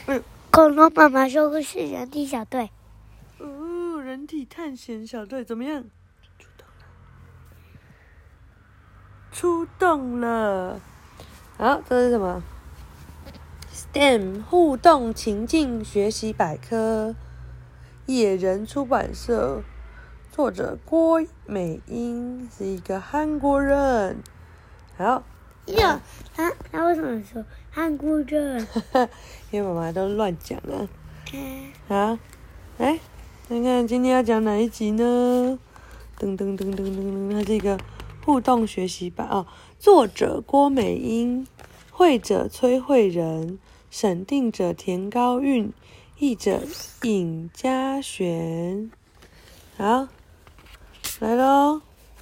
恐龙妈妈说故事人体小队。 人体探险小队怎么样？出动了。好，这是什么 ？STEM 互动情境学习百科，野人出版社，作者郭美英是一个韩国人。好。 他为什么说韩国人？ 因为妈妈都乱讲了。好，来看看今天要讲哪一集呢？噔噔噔噔噔噔，它是一个互动学习版哦。作者郭美英，绘者崔慧仁，审定者田高韵，译者尹嘉璇。好，来咯。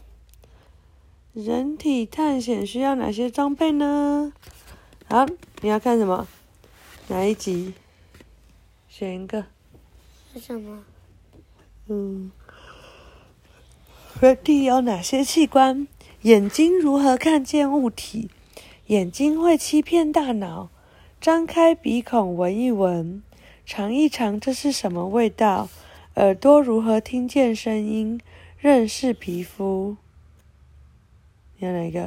人体探险需要哪些装备呢？好，你要看什么？哪一集？选一个。 是什么？ 人体有哪些器官？眼睛如何看见物体？眼睛会欺骗大脑。张开鼻孔闻一闻，尝一尝这是什么味道？耳朵如何听见声音？认识皮肤。你要哪一个？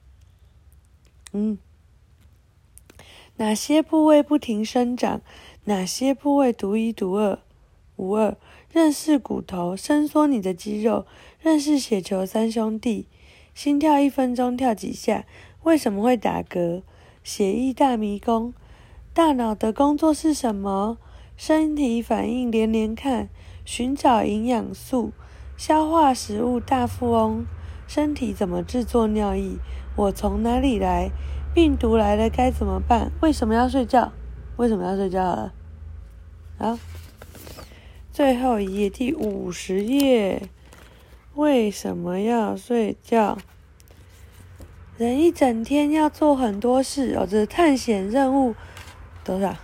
哪些部位不停生长？哪些部位独一无二？认识骨头，伸缩你的肌肉。认识血球三兄弟。心跳1分钟跳几下？为什么会打嗝？血液大迷宫。大脑的工作是什么？身体反应连连看。寻找营养素。消化食物大富翁。身体怎么制作尿液？我从哪里来？病毒来了该怎么办？为什么要睡觉？为什么要睡觉了？好，最后一页，第50页。为什么要睡觉？人一整天要做很多事这是探险任务多少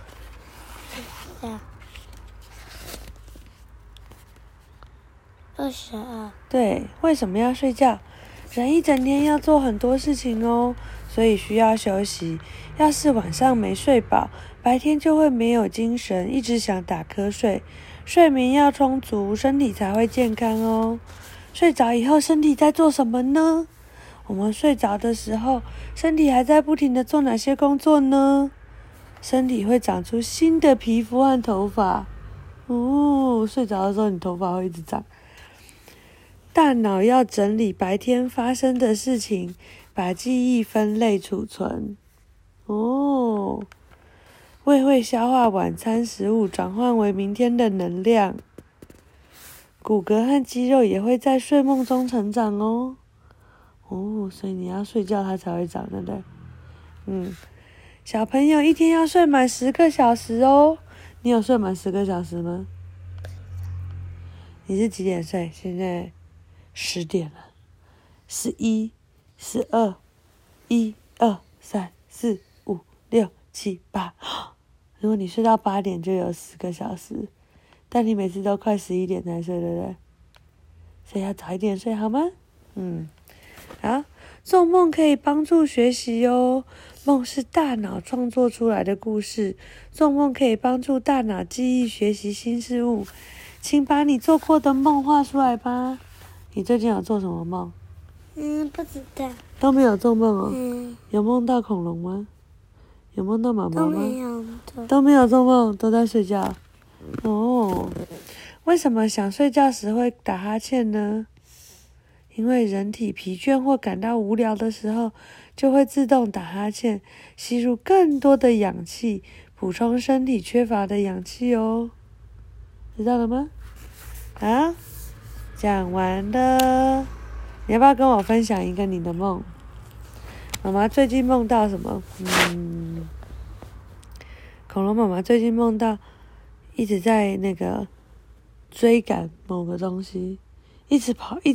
？22。 对，为什么要睡觉？人一整天要做很多事情所以需要休息。要是晚上没睡饱，白天就会没有精神，一直想打瞌睡。睡眠要充足，身体才会健康睡着以后，身体在做什么呢？我们睡着的时候，身体还在不停地做哪些工作呢？身体会长出新的皮肤和头发。睡着的时候，你头发会一直长。大脑要整理白天发生的事情，把记忆分类储存。胃会消化晚餐食物，转换为明天的能量。骨骼和肌肉也会在睡梦中成长所以你要睡觉它才会长，对不对？小朋友一天要睡满10个小时你有睡满10个小时吗？你是几点睡？现在10点了。11、12、1、2、3、4、5、6、7、8。如果你睡到8点，就有10个小时。但你每次都快11点才睡，对不对？所以要早一点睡，好吗？好，做梦可以帮助学习梦是大脑创作出来的故事，做梦可以帮助大脑记忆、学习新事物。请把你做过的梦画出来吧。你最近有做什么梦？ 不知道。 都没有做梦有梦到恐龙吗？有梦到妈妈吗？ 都没有的。 都没有做梦，都在睡觉。为什么想睡觉时会打哈欠呢？因为人体疲倦或感到无聊的时候，就会自动打哈欠，吸入更多的氧气，补充身体缺乏的氧气知道了吗？好，讲完了。你要不要跟我分享一个你的梦？妈妈最近梦到什么？恐龙妈妈最近梦到一直在那个追赶某个东西，一直跑，就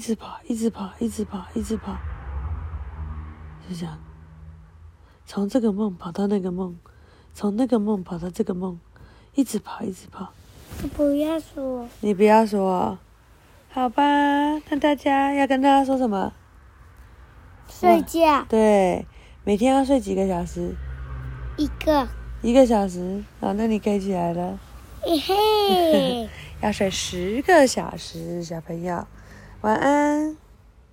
这样，从这个梦跑到那个梦，从那个梦跑到这个梦，一直跑。 你不要说。 你不要说好吧？那大家要跟大家说什么？ 睡觉。 对，每天要睡几个小时？ 1个。 1个小时，好，那你可以起来了。 嘿嘿。 要睡10个小时，小朋友，晚安。